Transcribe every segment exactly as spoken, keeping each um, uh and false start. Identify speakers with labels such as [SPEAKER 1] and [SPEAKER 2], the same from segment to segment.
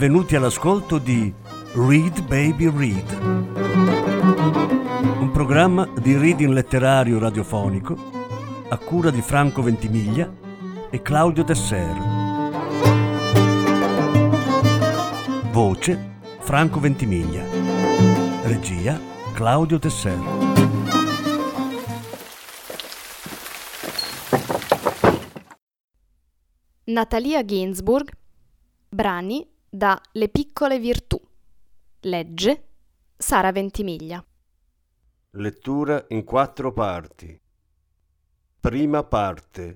[SPEAKER 1] Benvenuti all'ascolto di Read Baby Read, un programma di reading letterario radiofonico a cura di Franco Ventimiglia e Claudio Tesser. Voce Franco Ventimiglia. Regia Claudio Tesser.
[SPEAKER 2] Natalia Ginzburg, brani da Le piccole virtù. Legge Sara Ventimiglia.
[SPEAKER 1] Lettura in quattro parti. Prima parte.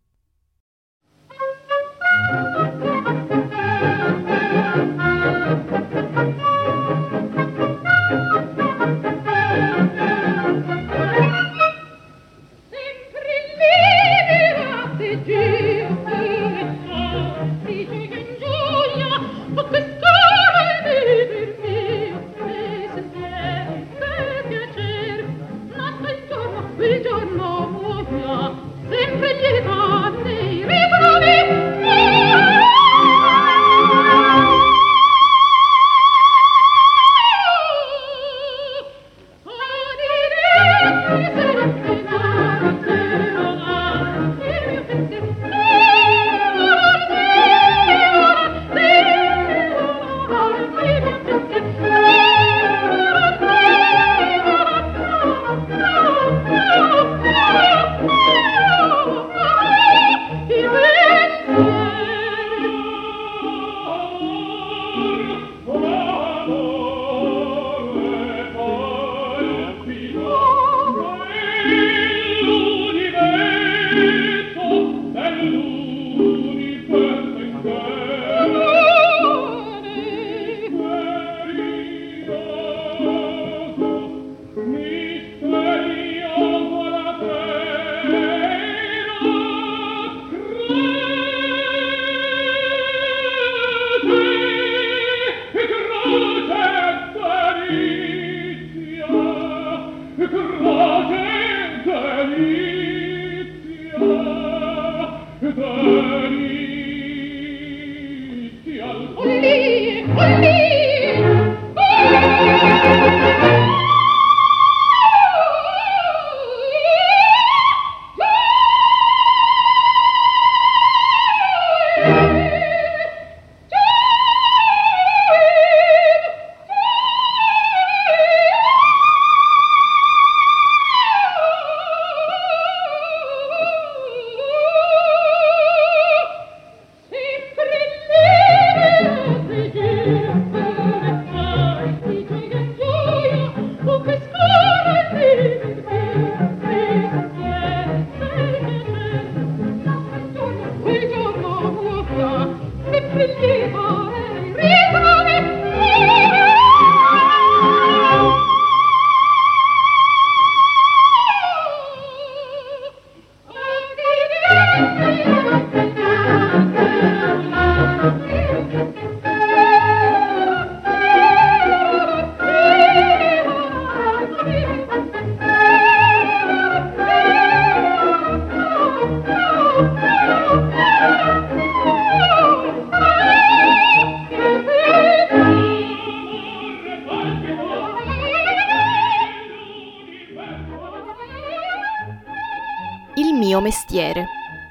[SPEAKER 2] Il mio mestiere.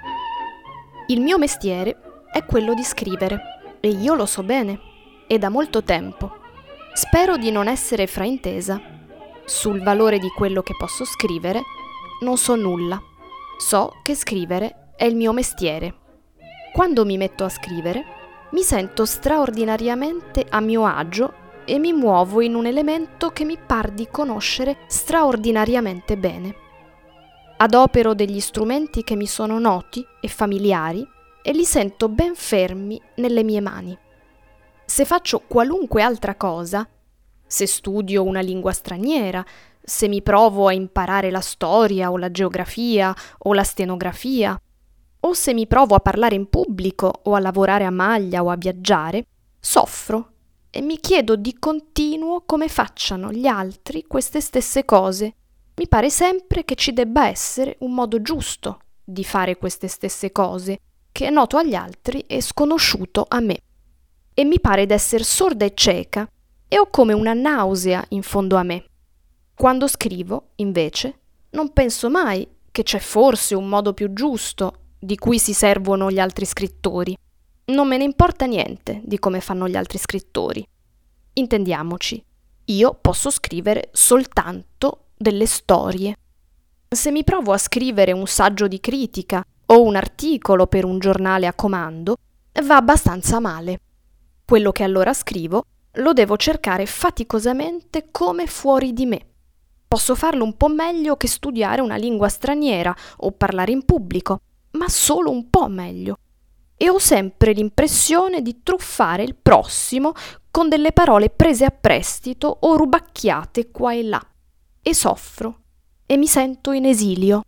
[SPEAKER 2] Il mio mestiere è quello di scrivere e io lo so bene e da molto tempo. Spero di non essere fraintesa. Sul valore di quello che posso scrivere non so nulla. So che scrivere è il mio mestiere. Quando mi metto a scrivere mi sento straordinariamente a mio agio e mi muovo in un elemento che mi par di conoscere straordinariamente bene. Adopero degli strumenti che mi sono noti e familiari e li sento ben fermi nelle mie mani. Se faccio qualunque altra cosa, se studio una lingua straniera, se mi provo a imparare la storia o la geografia o la stenografia, o se mi provo a parlare in pubblico o a lavorare a maglia o a viaggiare, soffro e mi chiedo di continuo come facciano gli altri queste stesse cose. Mi pare sempre che ci debba essere un modo giusto di fare queste stesse cose, che è noto agli altri e sconosciuto a me. e mi pare d'esser sorda e cieca e ho come una nausea in fondo a me. Quando scrivo, invece, non penso mai che c'è forse un modo più giusto di cui si servono gli altri scrittori. Non me ne importa niente di come fanno gli altri scrittori. Intendiamoci, io posso scrivere soltanto delle storie. Se mi provo a scrivere un saggio di critica o un articolo per un giornale a comando, va abbastanza male. Quello che allora scrivo lo devo cercare faticosamente come fuori di me. Posso farlo un po' meglio che studiare una lingua straniera o parlare in pubblico, ma solo un po' meglio. E ho sempre l'impressione di truffare il prossimo con delle parole prese a prestito o rubacchiate qua e là. E soffro e mi sento in esilio.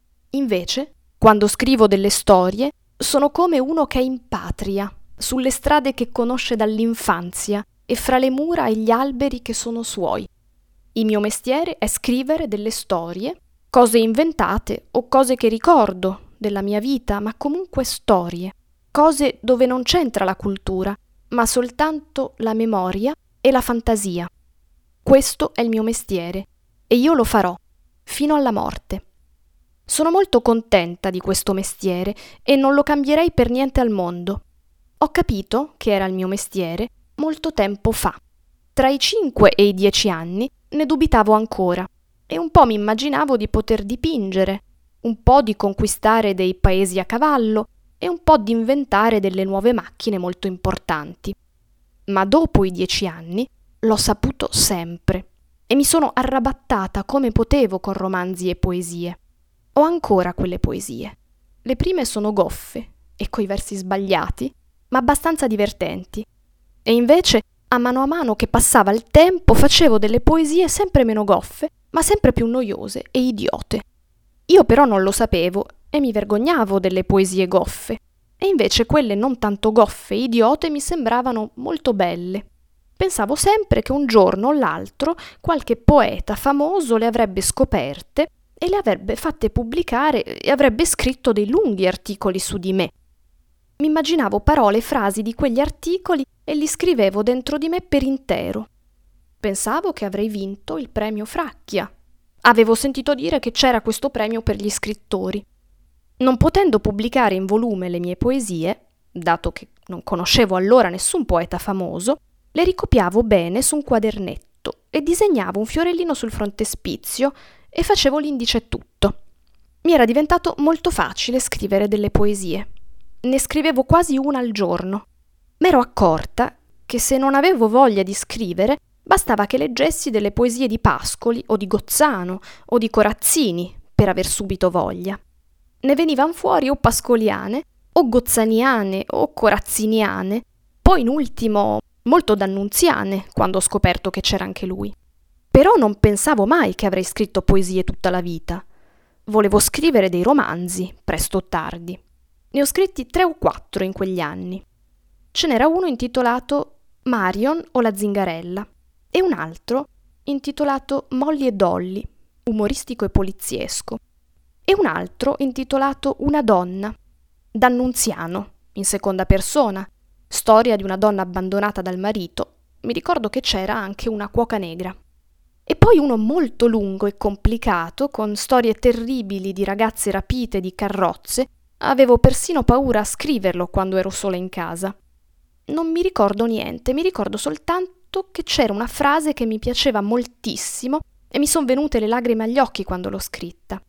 [SPEAKER 2] Invece, quando scrivo delle storie, sono come uno che è in patria, sulle strade che conosce dall'infanzia e fra le mura e gli alberi che sono suoi. Il mio mestiere è scrivere delle storie, cose inventate o cose che ricordo della mia vita, ma comunque storie, cose dove non c'entra la cultura, ma soltanto la memoria e la fantasia. Questo è il mio mestiere e io lo farò fino alla morte. Sono molto contenta di questo mestiere e non lo cambierei per niente al mondo. Ho capito che era il mio mestiere molto tempo fa. Tra i cinque e i dieci anni ne dubitavo ancora e un po' mi immaginavo di poter dipingere, un po' di conquistare dei paesi a cavallo e un po' di inventare delle nuove macchine molto importanti. Ma dopo i dieci anni l'ho saputo sempre e mi sono arrabattata come potevo con romanzi e poesie. Ho ancora quelle poesie. Le prime sono goffe e coi versi sbagliati, ma abbastanza divertenti. E invece, a mano a mano che passava il tempo, facevo delle poesie sempre meno goffe, ma sempre più noiose e idiote. Io però non lo sapevo e mi vergognavo delle poesie goffe, e invece quelle non tanto goffe e idiote mi sembravano molto belle. Pensavo sempre che un giorno o l'altro qualche poeta famoso le avrebbe scoperte e le avrebbe fatte pubblicare e avrebbe scritto dei lunghi articoli su di me. Mi immaginavo parole e frasi di quegli articoli e li scrivevo dentro di me per intero. Pensavo che avrei vinto il premio Fracchia. Avevo sentito dire che c'era questo premio per gli scrittori. Non potendo pubblicare in volume le mie poesie, dato che non conoscevo allora nessun poeta famoso, le ricopiavo bene su un quadernetto e disegnavo un fiorellino sul frontespizio e facevo l'indice e tutto. Mi era diventato molto facile scrivere delle poesie. Ne scrivevo quasi una al giorno. M'ero accorta che se non avevo voglia di scrivere, bastava che leggessi delle poesie di Pascoli o di Gozzano o di Corazzini per aver subito voglia. Ne venivan fuori o pascoliane, o gozzaniane o corazziniane, poi in ultimo molto d'annunziane, quando ho scoperto che c'era anche lui. Però non pensavo mai che avrei scritto poesie tutta la vita. Volevo scrivere dei romanzi, presto o tardi. Ne ho scritti tre o quattro in quegli anni. Ce n'era uno intitolato Marion o la zingarella e un altro intitolato Molly e Dolly, umoristico e poliziesco, e un altro intitolato Una donna, d'Annunziano, in seconda persona, storia di una donna abbandonata dal marito. Mi ricordo che c'era anche una cuoca negra. E poi uno molto lungo e complicato, con storie terribili di ragazze rapite di carrozze. Avevo persino paura a scriverlo quando ero sola in casa. Non mi ricordo niente, mi ricordo soltanto che c'era una frase che mi piaceva moltissimo e mi son venute le lacrime agli occhi quando l'ho scritta.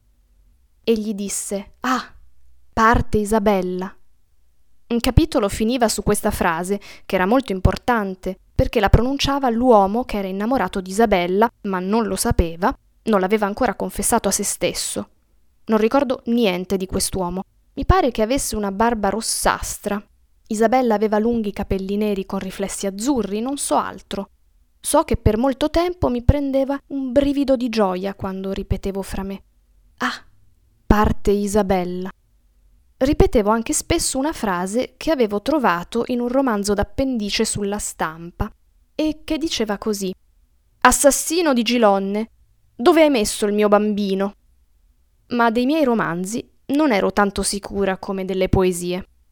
[SPEAKER 2] Egli disse: «Ah, parte Isabella». Un capitolo finiva su questa frase, che era molto importante, perché la pronunciava l'uomo che era innamorato di Isabella, ma non lo sapeva, non l'aveva ancora confessato a se stesso. Non ricordo niente di quest'uomo. Mi pare che avesse una barba rossastra. Isabella aveva lunghi capelli neri con riflessi azzurri, non so altro. So che per molto tempo mi prendeva un brivido di gioia quando ripetevo fra me: «Ah, parte Isabella». Ripetevo anche spesso una frase che avevo trovato in un romanzo d'appendice sulla stampa e che diceva così: «Assassino di Gilonne, dove hai messo il mio bambino?» Ma dei miei romanzi non ero tanto sicura come delle poesie.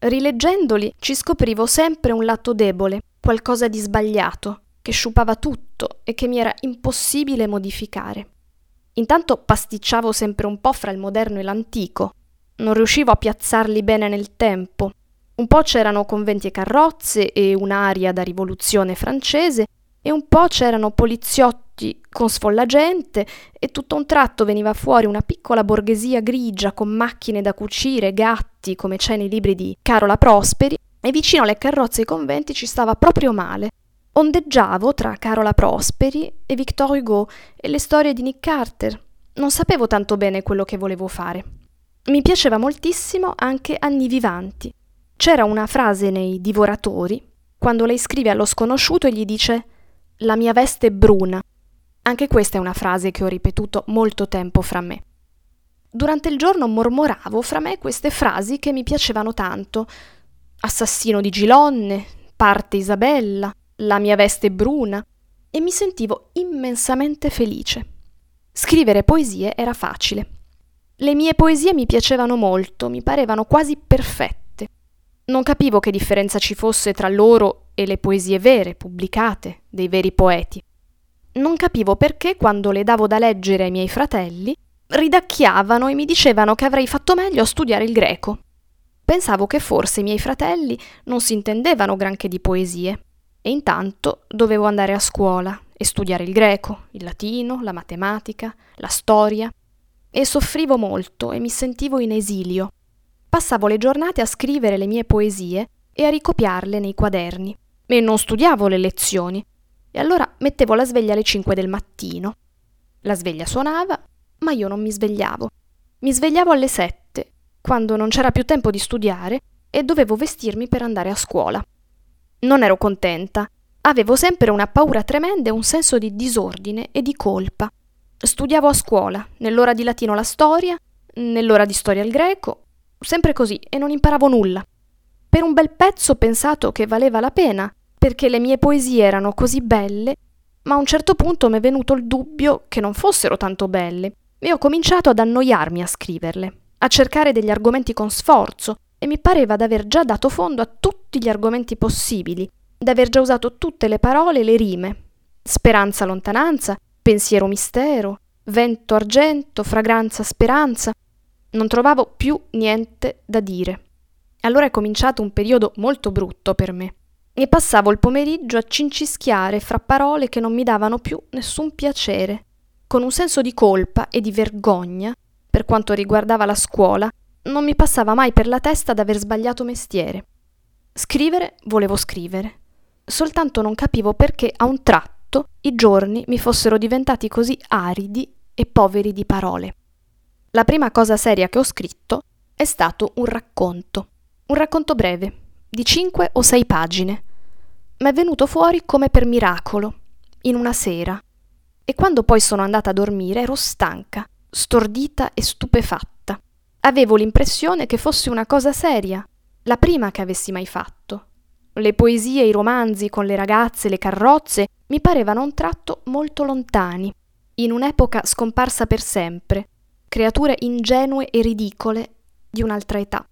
[SPEAKER 2] Rileggendoli ci scoprivo sempre un lato debole, qualcosa di sbagliato, che sciupava tutto e che mi era impossibile modificare. Intanto pasticciavo sempre un po' fra il moderno e l'antico. Non riuscivo a piazzarli bene nel tempo. Un po' c'erano conventi e carrozze e un'aria da rivoluzione francese, e un po' c'erano poliziotti con sfollagente, e tutto a un tratto veniva fuori una piccola borghesia grigia con macchine da cucire, gatti, come c'è nei libri di Carola Prosperi, e vicino alle carrozze e ai conventi ci stava proprio male. Ondeggiavo tra Carola Prosperi e Victor Hugo e le storie di Nick Carter. Non sapevo tanto bene quello che volevo fare. Mi piaceva moltissimo anche Anni Vivanti. C'era una frase nei Divoratori, quando lei scrive allo sconosciuto e gli dice «La mia veste è bruna». Anche questa è una frase che ho ripetuto molto tempo fra me. Durante il giorno mormoravo fra me queste frasi che mi piacevano tanto. Assassino di Gilonne, parte Isabella, la mia veste è bruna, e mi sentivo immensamente felice. Scrivere poesie era facile. Le mie poesie mi piacevano molto, mi parevano quasi perfette. Non capivo che differenza ci fosse tra loro e le poesie vere, pubblicate, dei veri poeti. Non capivo perché, quando le davo da leggere ai miei fratelli, ridacchiavano e mi dicevano che avrei fatto meglio a studiare il greco. Pensavo che forse i miei fratelli non si intendevano granché di poesie, e intanto dovevo andare a scuola e studiare il greco, il latino, la matematica, la storia, e soffrivo molto e mi sentivo in esilio. Passavo le giornate a scrivere le mie poesie e a ricopiarle nei quaderni, e non studiavo le lezioni, e allora mettevo la sveglia alle cinque del mattino. La sveglia suonava, ma io non mi svegliavo. Mi svegliavo alle sette, quando non c'era più tempo di studiare e dovevo vestirmi per andare a scuola. Non ero contenta. Avevo sempre una paura tremenda e un senso di disordine e di colpa. Studiavo a scuola, nell'ora di latino la storia, nell'ora di storia il greco, sempre così, e non imparavo nulla. Per un bel pezzo ho pensato che valeva la pena, perché le mie poesie erano così belle, ma a un certo punto mi è venuto il dubbio che non fossero tanto belle, e ho cominciato ad annoiarmi a scriverle, a cercare degli argomenti con sforzo, e mi pareva d'aver già dato fondo a tutti gli argomenti possibili, d'aver già usato tutte le parole e le rime. Speranza, lontananza, pensiero, mistero, vento, argento, fragranza, speranza. Non trovavo più niente da dire. Allora è cominciato un periodo molto brutto per me, e passavo il pomeriggio a cincischiare fra parole che non mi davano più nessun piacere, con un senso di colpa e di vergogna. Per quanto riguardava la scuola, non mi passava mai per la testa d'aver sbagliato mestiere. Scrivere volevo scrivere, soltanto non capivo perché a un tratto i giorni mi fossero diventati così aridi e poveri di parole. La prima cosa seria che ho scritto è stato un racconto, un racconto breve, di cinque o sei pagine. Ma è venuto fuori come per miracolo, in una sera, e quando poi sono andata a dormire ero stanca, stordita e stupefatta. Avevo l'impressione che fosse una cosa seria, la prima che avessi mai fatto. Le poesie e i romanzi con le ragazze e le carrozze mi parevano a un tratto molto lontani, in un'epoca scomparsa per sempre, creature ingenue e ridicole di un'altra età.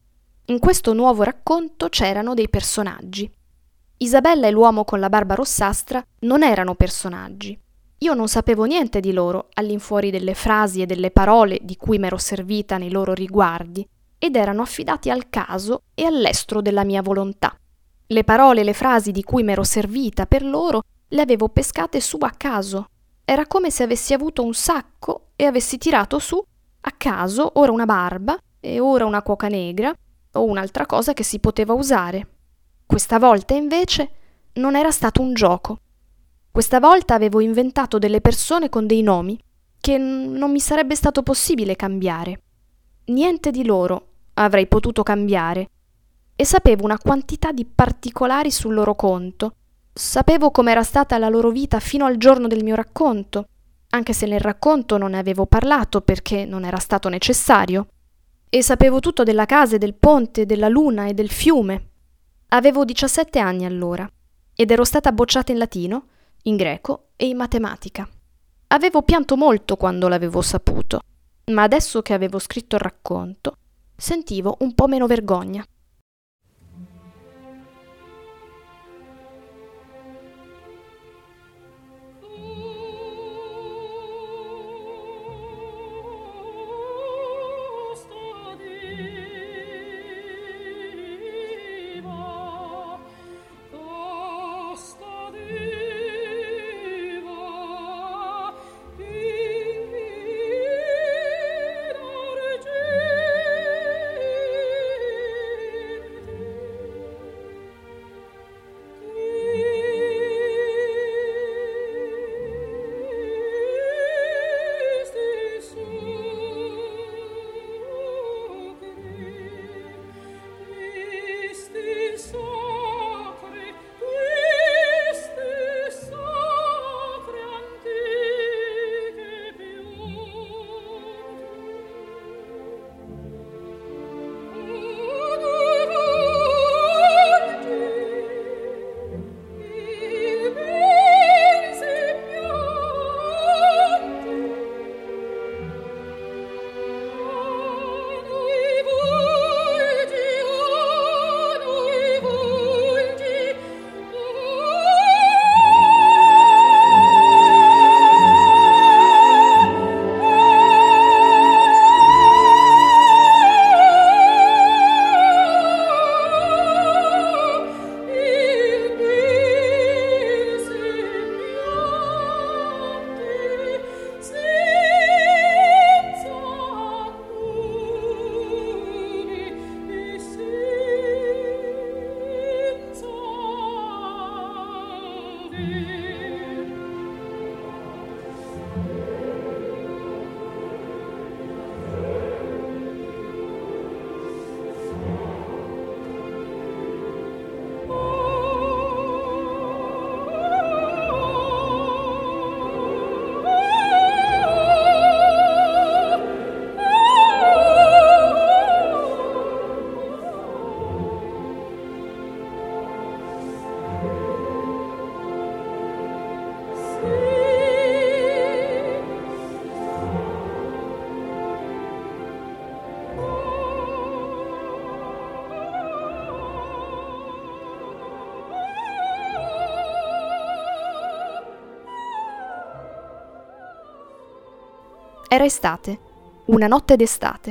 [SPEAKER 2] In questo nuovo racconto c'erano dei personaggi. Isabella e l'uomo con la barba rossastra non erano personaggi. Io non sapevo niente di loro, all'infuori delle frasi e delle parole di cui m'ero servita nei loro riguardi, ed erano affidati al caso e all'estro della mia volontà. Le parole e le frasi di cui m'ero servita per loro le avevo pescate su a caso. Era come se avessi avuto un sacco e avessi tirato su, a caso, ora una barba e ora una cuoca negra o un'altra cosa che si poteva usare. Questa volta, invece, non era stato un gioco. Questa volta avevo inventato delle persone con dei nomi che n- non mi sarebbe stato possibile cambiare. Niente di loro avrei potuto cambiare, e sapevo una quantità di particolari sul loro conto. Sapevo com'era stata la loro vita fino al giorno del mio racconto, anche se nel racconto non ne avevo parlato perché non era stato necessario. E sapevo tutto della casa e del ponte, della luna e del fiume. Avevo diciassette anni allora, ed ero stata bocciata in latino, in greco e in matematica. Avevo pianto molto quando l'avevo saputo, ma adesso che avevo scritto il racconto, sentivo un po' meno vergogna. Era estate, una notte d'estate.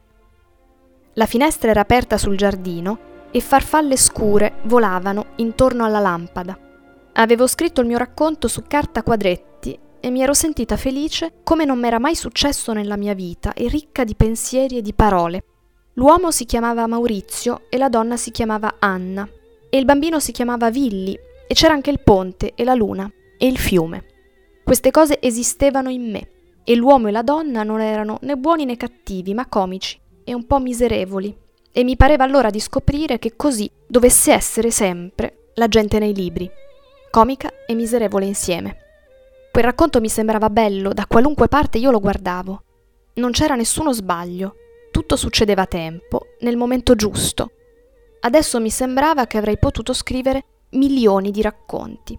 [SPEAKER 2] La finestra era aperta sul giardino e farfalle scure volavano intorno alla lampada. Avevo scritto il mio racconto su carta a quadretti e mi ero sentita felice come non m'era mai successo nella mia vita e ricca di pensieri e di parole. L'uomo si chiamava Maurizio e la donna si chiamava Anna e il bambino si chiamava Willy e c'era anche il ponte e la luna e il fiume. Queste cose esistevano in me e l'uomo e la donna non erano né buoni né cattivi, ma comici e un po' miserevoli. E mi pareva allora di scoprire che così dovesse essere sempre la gente nei libri, comica e miserevole insieme. Quel racconto mi sembrava bello, da qualunque parte io lo guardavo. Non c'era nessuno sbaglio, tutto succedeva a tempo, nel momento giusto. Adesso mi sembrava che avrei potuto scrivere milioni di racconti.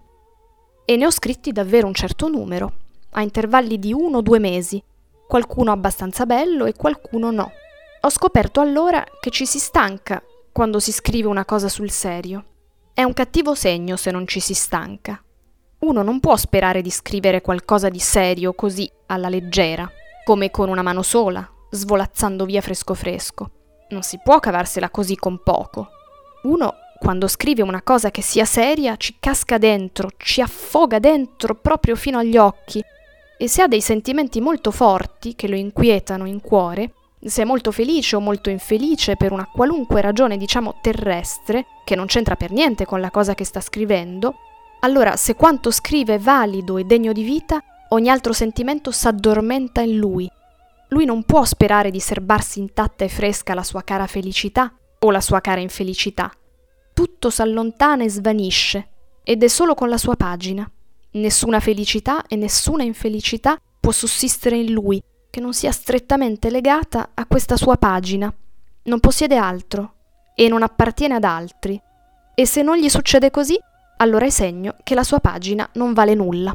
[SPEAKER 2] E ne ho scritti davvero un certo numero, a intervalli di uno o due mesi, qualcuno abbastanza bello e qualcuno no. Ho scoperto allora che ci si stanca quando si scrive una cosa sul serio. È un cattivo segno se non ci si stanca. Uno non può sperare di scrivere qualcosa di serio così alla leggera, come con una mano sola, svolazzando via fresco fresco. Non si può cavarsela così con poco. Uno, quando scrive una cosa che sia seria, ci casca dentro, ci affoga dentro proprio fino agli occhi, e se ha dei sentimenti molto forti che lo inquietano in cuore, se è molto felice o molto infelice per una qualunque ragione, diciamo terrestre, che non c'entra per niente con la cosa che sta scrivendo, allora se quanto scrive è valido e degno di vita, ogni altro sentimento s'addormenta in lui. Lui non può sperare di serbarsi intatta e fresca la sua cara felicità o la sua cara infelicità. Tutto s'allontana e svanisce, ed è solo con la sua pagina. Nessuna felicità e nessuna infelicità può sussistere in lui, che non sia strettamente legata a questa sua pagina. Non possiede altro e non appartiene ad altri. E se non gli succede così, allora è segno che la sua pagina non vale nulla.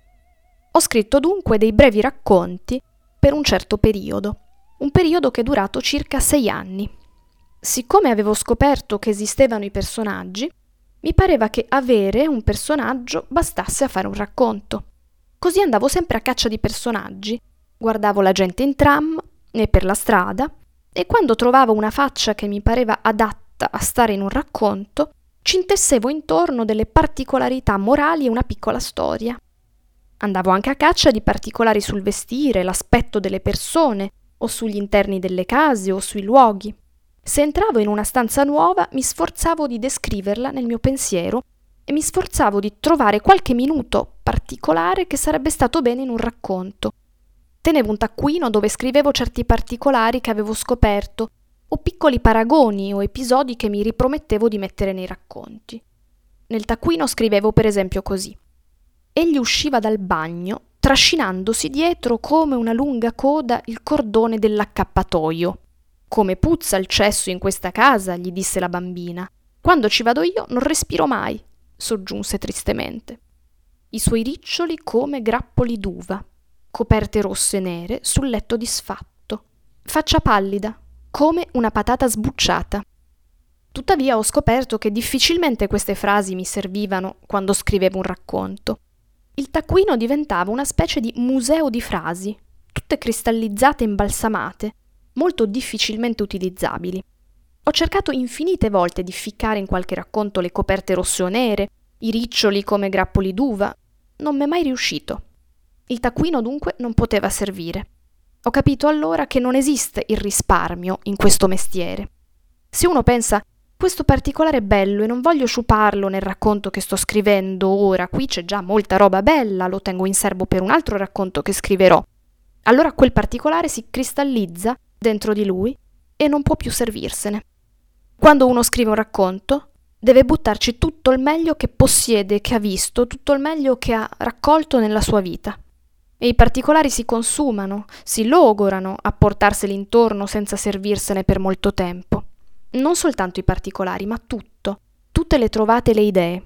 [SPEAKER 2] Ho scritto dunque dei brevi racconti per un certo periodo, un periodo che è durato circa sei anni. Siccome avevo scoperto che esistevano i personaggi, mi pareva che avere un personaggio bastasse a fare un racconto. Così andavo sempre a caccia di personaggi, guardavo la gente in tram e per la strada e quando trovavo una faccia che mi pareva adatta a stare in un racconto, ci intessevo intorno delle particolarità morali e una piccola storia. Andavo anche a caccia di particolari sul vestire, l'aspetto delle persone, o sugli interni delle case o sui luoghi. Se entravo in una stanza nuova, mi sforzavo di descriverla nel mio pensiero e mi sforzavo di trovare qualche minuto particolare che sarebbe stato bene in un racconto. Tenevo un taccuino dove scrivevo certi particolari che avevo scoperto, o piccoli paragoni o episodi che mi ripromettevo di mettere nei racconti. Nel taccuino scrivevo per esempio così: egli usciva dal bagno trascinandosi dietro come una lunga coda il cordone dell'accappatoio. Come puzza il cesso in questa casa, gli disse la bambina. Quando ci vado io non respiro mai, soggiunse tristemente. I suoi riccioli come grappoli d'uva, coperte rosse e nere sul letto disfatto, faccia pallida, come una patata sbucciata. Tuttavia ho scoperto che difficilmente queste frasi mi servivano quando scrivevo un racconto. Il taccuino diventava una specie di museo di frasi, tutte cristallizzate e imbalsamate, molto difficilmente utilizzabili. Ho cercato infinite volte di ficcare in qualche racconto le coperte rosse o nere, i riccioli come grappoli d'uva. Non m'è mai riuscito. Il taccuino dunque non poteva servire. Ho capito allora che non esiste il risparmio in questo mestiere. Se uno pensa, questo particolare è bello e non voglio sciuparlo nel racconto che sto scrivendo ora, qui c'è già molta roba bella, lo tengo in serbo per un altro racconto che scriverò, allora quel particolare si cristallizza dentro di lui e non può più servirsene. Quando uno scrive un racconto, deve buttarci tutto il meglio che possiede, che ha visto, tutto il meglio che ha raccolto nella sua vita. E i particolari si consumano, si logorano a portarseli intorno senza servirsene per molto tempo. Non soltanto i particolari, ma tutto, tutte le trovate e le idee.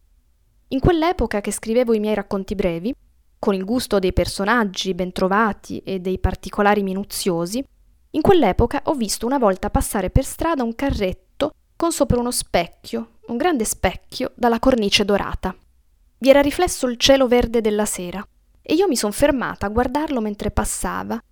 [SPEAKER 2] In quell'epoca che scrivevo i miei racconti brevi, con il gusto dei personaggi ben trovati e dei particolari minuziosi, in quell'epoca ho visto una volta passare per strada un carretto con sopra uno specchio, un grande specchio dalla cornice dorata. Vi era riflesso il cielo verde della sera e io mi son fermata a guardarlo mentre passava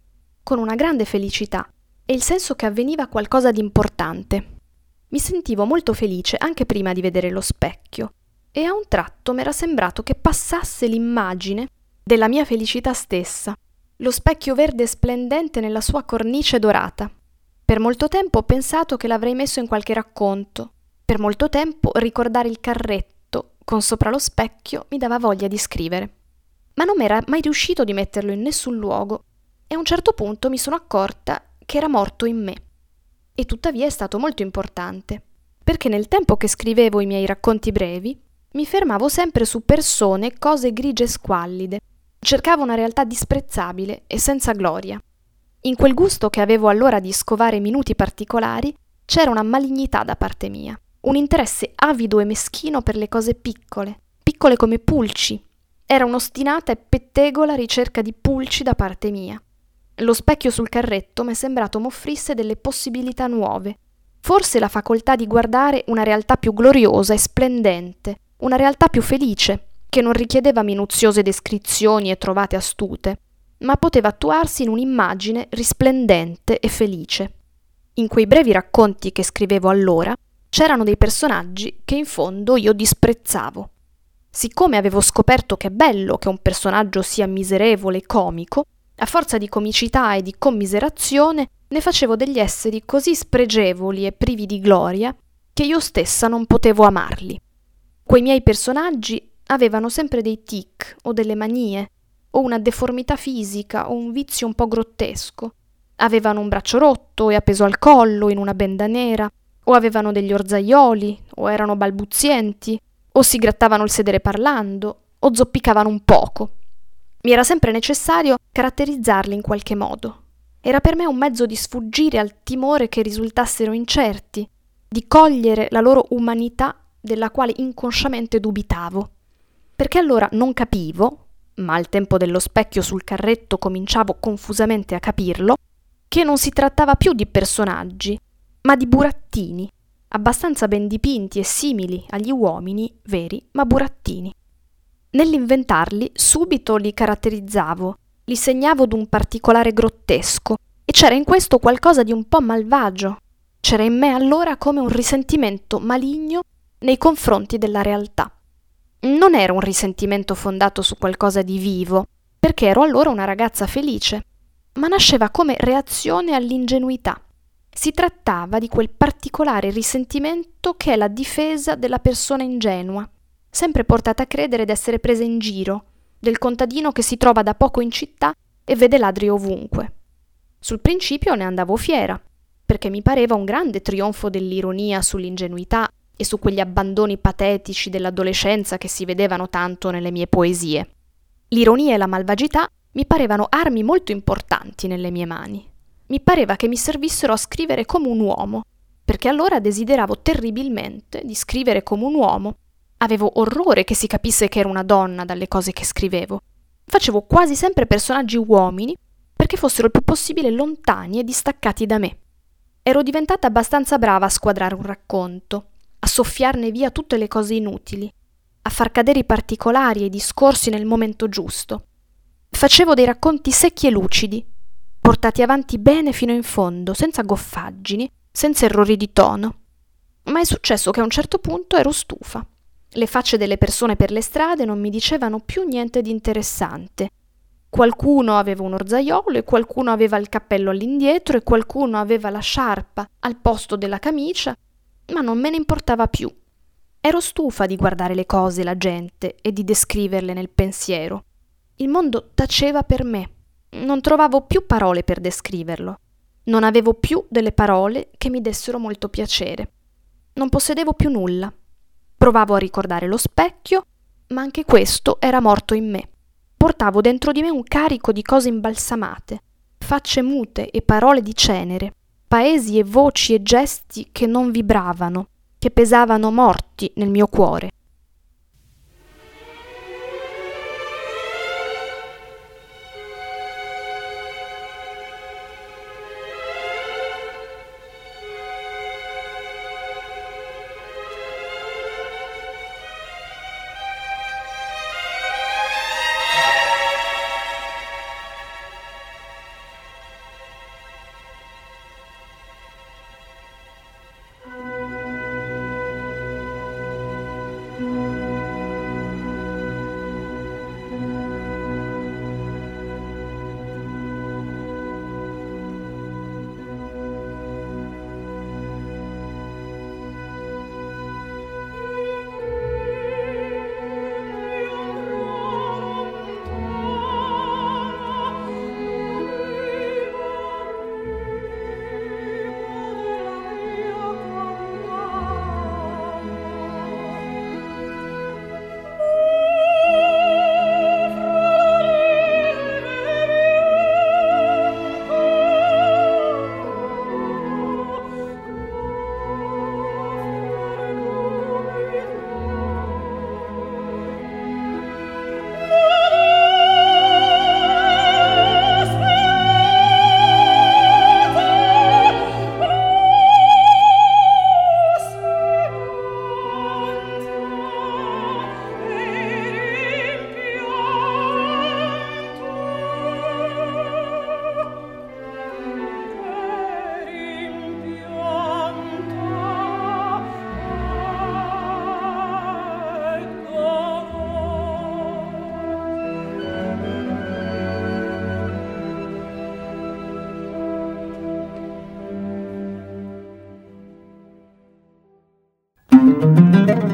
[SPEAKER 2] con una grande felicità e il senso che avveniva qualcosa di importante. Mi sentivo molto felice anche prima di vedere lo specchio e a un tratto m'era sembrato che passasse l'immagine della mia felicità stessa, lo specchio verde splendente nella sua cornice dorata. Per molto tempo ho pensato che l'avrei messo in qualche racconto. Per molto tempo ricordare il carretto con sopra lo specchio mi dava voglia di scrivere. Ma non m'era mai riuscito di metterlo in nessun luogo e a un certo punto mi sono accorta che era morto in me. E tuttavia è stato molto importante, perché nel tempo che scrivevo i miei racconti brevi mi fermavo sempre su persone e cose grigie e squallide. Cercavo una realtà disprezzabile e senza gloria. In quel gusto che avevo allora di scovare minuti particolari c'era una malignità da parte mia, un interesse avido e meschino per le cose piccole, piccole come pulci. Era un'ostinata e pettegola ricerca di pulci da parte mia. Lo specchio sul carretto m'è sembrato m'offrisse delle possibilità nuove, forse la facoltà di guardare una realtà più gloriosa e splendente, una realtà più felice, che non richiedeva minuziose descrizioni e trovate astute, ma poteva attuarsi in un'immagine risplendente e felice. In quei brevi racconti che scrivevo allora c'erano dei personaggi che in fondo io disprezzavo. Siccome avevo scoperto che è bello che un personaggio sia miserevole e comico, a forza di comicità e di commiserazione ne facevo degli esseri così spregevoli e privi di gloria che io stessa non potevo amarli. Quei miei personaggi avevano sempre dei tic o delle manie, o una deformità fisica o un vizio un po' grottesco. Avevano un braccio rotto e appeso al collo in una benda nera, o avevano degli orzaioli, o erano balbuzienti, o si grattavano il sedere parlando, o zoppicavano un poco. Mi era sempre necessario caratterizzarli in qualche modo. Era per me un mezzo di sfuggire al timore che risultassero incerti, di cogliere la loro umanità della quale inconsciamente dubitavo. Perché allora non capivo, ma al tempo dello specchio sul carretto cominciavo confusamente a capirlo, che non si trattava più di personaggi, ma di burattini, abbastanza ben dipinti e simili agli uomini veri, ma burattini. Nell'inventarli subito li caratterizzavo, li segnavo d'un particolare grottesco, e c'era in questo qualcosa di un po' malvagio. C'era in me allora come un risentimento maligno nei confronti della realtà. Non era un risentimento fondato su qualcosa di vivo, perché ero allora una ragazza felice, ma nasceva come reazione all'ingenuità. Si trattava di quel particolare risentimento che è la difesa della persona ingenua, sempre portata a credere d'essere presa in giro, del contadino che si trova da poco in città e vede ladri ovunque. Sul principio ne andavo fiera, perché mi pareva un grande trionfo dell'ironia sull'ingenuità e su quegli abbandoni patetici dell'adolescenza che si vedevano tanto nelle mie poesie. L'ironia e la malvagità mi parevano armi molto importanti nelle mie mani. Mi pareva che mi servissero a scrivere come un uomo, perché allora desideravo terribilmente di scrivere come un uomo. Avevo orrore che si capisse che ero una donna dalle cose che scrivevo. Facevo quasi sempre personaggi uomini perché fossero il più possibile lontani e distaccati da me. Ero diventata abbastanza brava a squadrare un racconto, a soffiarne via tutte le cose inutili, a far cadere i particolari e i discorsi nel momento giusto. Facevo dei racconti secchi e lucidi, portati avanti bene fino in fondo, senza goffaggini, senza errori di tono. Ma è successo che a un certo punto ero stufa. Le facce delle persone per le strade non mi dicevano più niente di interessante. Qualcuno aveva un orzaiolo e qualcuno aveva il cappello all'indietro e qualcuno aveva la sciarpa al posto della camicia, ma non me ne importava più. Ero stufa di guardare le cose e la gente e di descriverle nel pensiero. Il mondo taceva per me. Non trovavo più parole per descriverlo. Non avevo più delle parole che mi dessero molto piacere. Non possedevo più nulla. Provavo a ricordare lo specchio, ma anche questo era morto in me. Portavo dentro di me un carico di cose imbalsamate, facce mute e parole di cenere, paesi e voci e gesti che non vibravano, che pesavano morti nel mio cuore.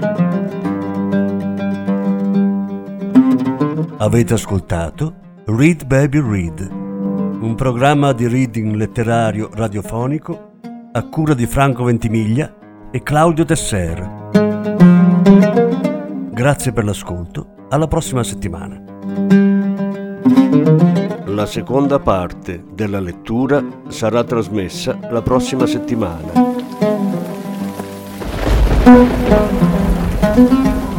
[SPEAKER 1] Avete ascoltato Read Baby Read, un programma di reading letterario radiofonico a cura di Franco Ventimiglia e Claudio Tesser. Grazie per l'ascolto, alla prossima settimana. La seconda parte della lettura sarà trasmessa la prossima settimana.